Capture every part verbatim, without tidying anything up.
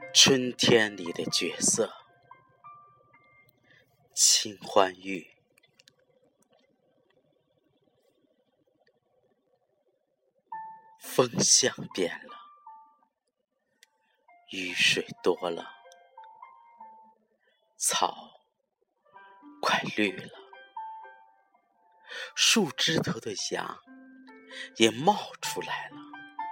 春天里的角色，秦欢玉。风向变了，雨水多了，草快绿了，树枝头的芽也冒出来了。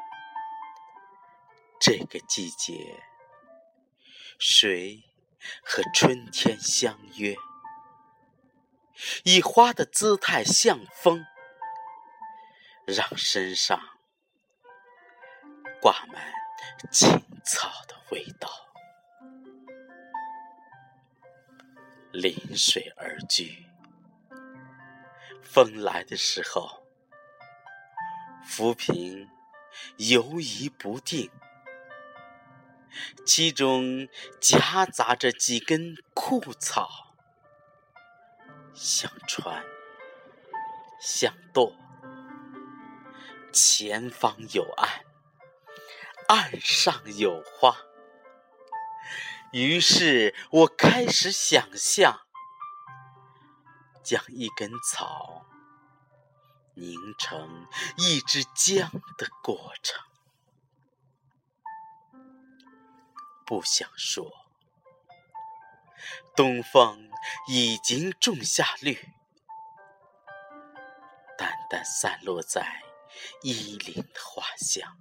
这个季节，谁和春天相约？以花的姿态向风，让身上挂满青草的味道。临水而居，风来的时候，浮萍游移不定，其中夹杂着几根枯草，像船，像舵，前方有岸，岸上有花。于是我开始想象，将一根草拧成一支江的过程。不想说，东风已经种下绿，淡淡散落在衣领的花香，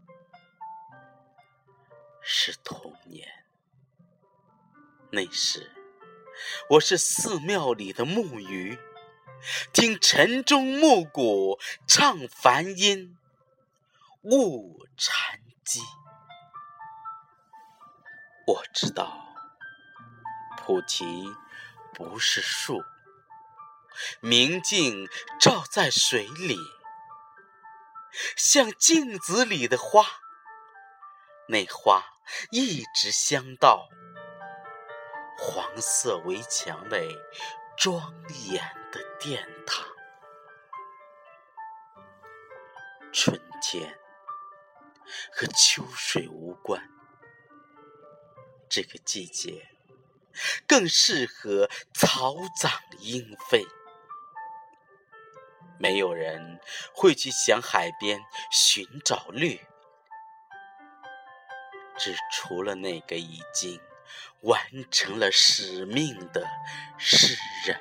是童年。那时我是寺庙里的木鱼，听晨钟暮鼓唱梵音，悟禅机。我知道菩提不是树，明镜照在水里，像镜子里的花，那花一直香到黄色围墙内庄严的殿堂。春天和秋水无关，这个季节更适合草长莺飞。没有人会去想海边寻找绿，只除了那个已经完成了使命的诗人。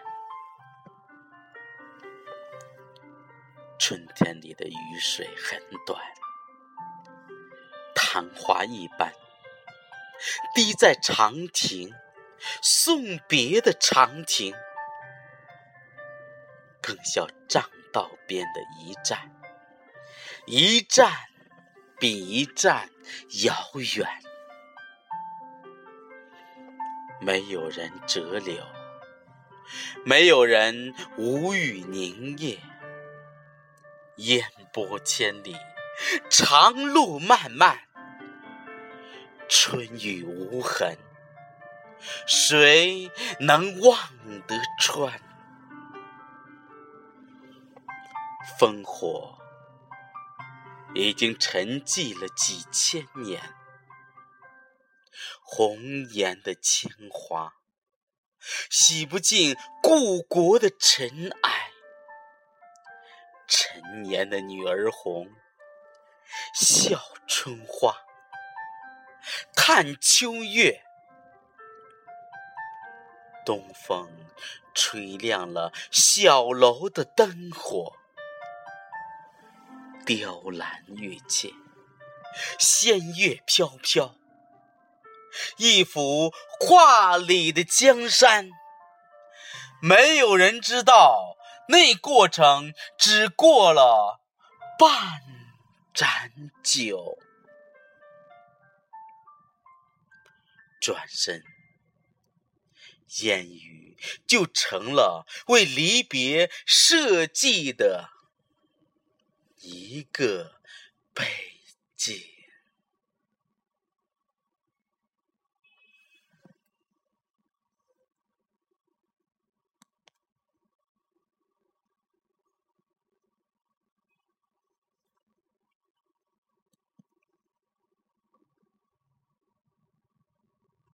春天里的雨水很短，昙花一般，滴在长亭，送别的长亭，更像栈道边的一站，一站比一站遥远。没有人折柳，没有人无语凝噎，烟波千里，长路漫漫，春雨无痕，谁能望得穿？烽火已经沉寂了几千年，红颜的铅华洗不尽故国的尘埃。陈年的女儿红，笑春花，看秋月。东风吹亮了小楼的灯火，雕栏玉砌，仙乐飘飘，一幅画里的江山。没有人知道，那过程只过了半盏酒。转身，烟雨就成了为离别设计的一个背景。